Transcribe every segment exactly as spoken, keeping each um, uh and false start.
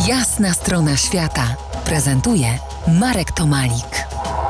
Jasna strona świata prezentuje Marek Tomalik.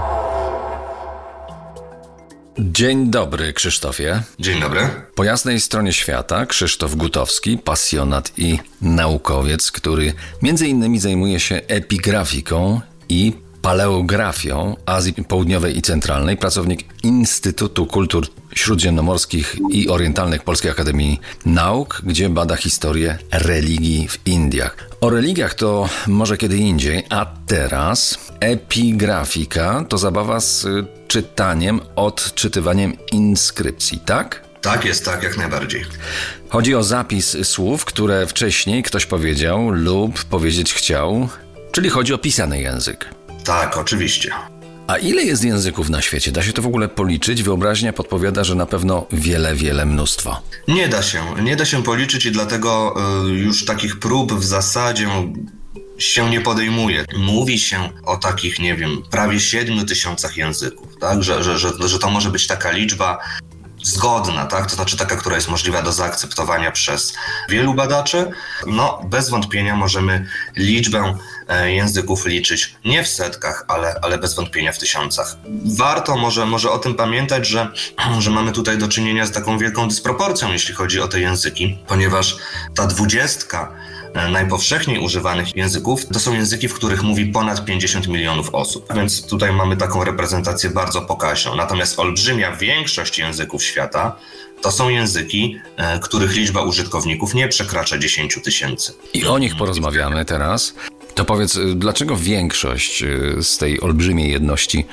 Dzień dobry, Krzysztofie. Dzień dobry. Po jasnej stronie świata Krzysztof Gutowski, pasjonat i naukowiec, który między innymi zajmuje się epigrafiką i paleografią Azji Południowej i Centralnej, pracownik Instytutu Kultur Śródziemnomorskich i Orientalnych Polskiej Akademii Nauk, gdzie bada historię religii w Indiach. O religiach to może kiedy indziej, a teraz epigrafika to zabawa z czytaniem, odczytywaniem inskrypcji, tak? Tak jest, tak, jak najbardziej. Chodzi o zapis słów, które wcześniej ktoś powiedział lub powiedzieć chciał, czyli chodzi o pisany język. Tak, oczywiście. A ile jest języków na świecie? Da się to w ogóle policzyć? Wyobraźnia podpowiada, że na pewno wiele, wiele mnóstwo. Nie da się. Nie da się policzyć i dlatego y, już takich prób w zasadzie się nie podejmuje. Mówi się o takich, nie wiem, prawie siedmiu tysiącach języków, tak? Że, że, że, że to może być taka liczba zgodna, tak? To znaczy taka, która jest możliwa do zaakceptowania przez wielu badaczy. No, bez wątpienia możemy liczbę e, języków liczyć nie w setkach, ale, ale bez wątpienia w tysiącach. Warto może, może o tym pamiętać, że, że mamy tutaj do czynienia z taką wielką dysproporcją, jeśli chodzi o te języki, ponieważ ta dwudziestka najpowszechniej używanych języków to są języki, w których mówi ponad pięćdziesiąt milionów osób. Więc tutaj mamy taką reprezentację bardzo pokaźną. Natomiast olbrzymia większość języków świata to są języki, e, których liczba użytkowników nie przekracza dziesięć tysięcy. I o nich porozmawiamy teraz. To powiedz, dlaczego większość z tej olbrzymiej jedności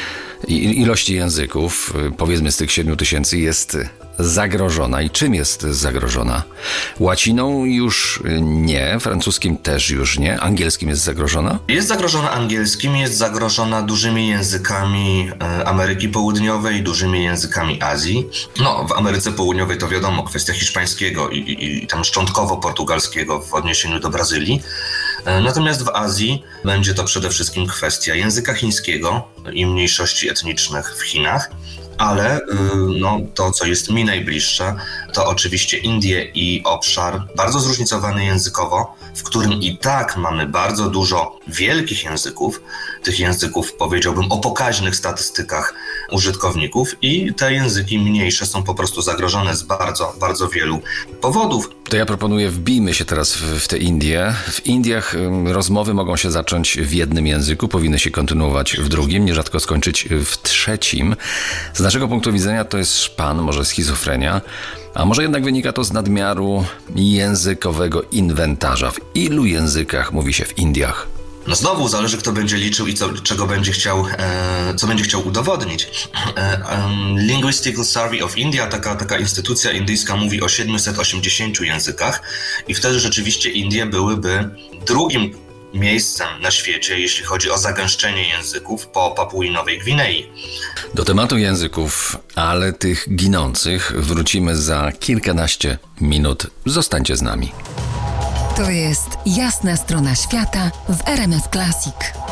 i ilości języków, powiedzmy z tych siedmiu tysięcy, jest zagrożona i czym jest zagrożona? Łaciną już nie, francuskim też już nie, angielskim jest zagrożona? Jest zagrożona angielskim, jest zagrożona dużymi językami Ameryki Południowej, dużymi językami Azji. No, w Ameryce Południowej to wiadomo, kwestia hiszpańskiego i, i, i tam szczątkowo portugalskiego w odniesieniu do Brazylii. Natomiast w Azji będzie to przede wszystkim kwestia języka chińskiego i mniejszości etnicznych w Chinach. Ale no, to, co jest mi najbliższe, to oczywiście Indie i obszar bardzo zróżnicowany językowo, w którym i tak mamy bardzo dużo wielkich języków, tych języków powiedziałbym o pokaźnych statystykach użytkowników i te języki mniejsze są po prostu zagrożone z bardzo, bardzo wielu powodów. To ja proponuję, wbijmy się teraz w, w te Indie. W Indiach ym, rozmowy mogą się zacząć w jednym języku, powinny się kontynuować w drugim, nierzadko skończyć w trzecim. Z naszego punktu widzenia to jest szpan, może schizofrenia, a może jednak wynika to z nadmiaru językowego inwentarza. W ilu językach mówi się w Indiach? No znowu zależy, kto będzie liczył i co, czego będzie chciał, e, co będzie chciał udowodnić. E, e, Linguistical Survey of India, taka, taka instytucja indyjska, mówi o siedmiuset osiemdziesięciu językach i wtedy rzeczywiście Indie byłyby drugim miejscem na świecie, jeśli chodzi o zagęszczenie języków po Papui Nowej Gwinei. Do tematu języków, ale tych ginących, wrócimy za kilkanaście minut. Zostańcie z nami. To jest Jasna strona świata w R M F Classic.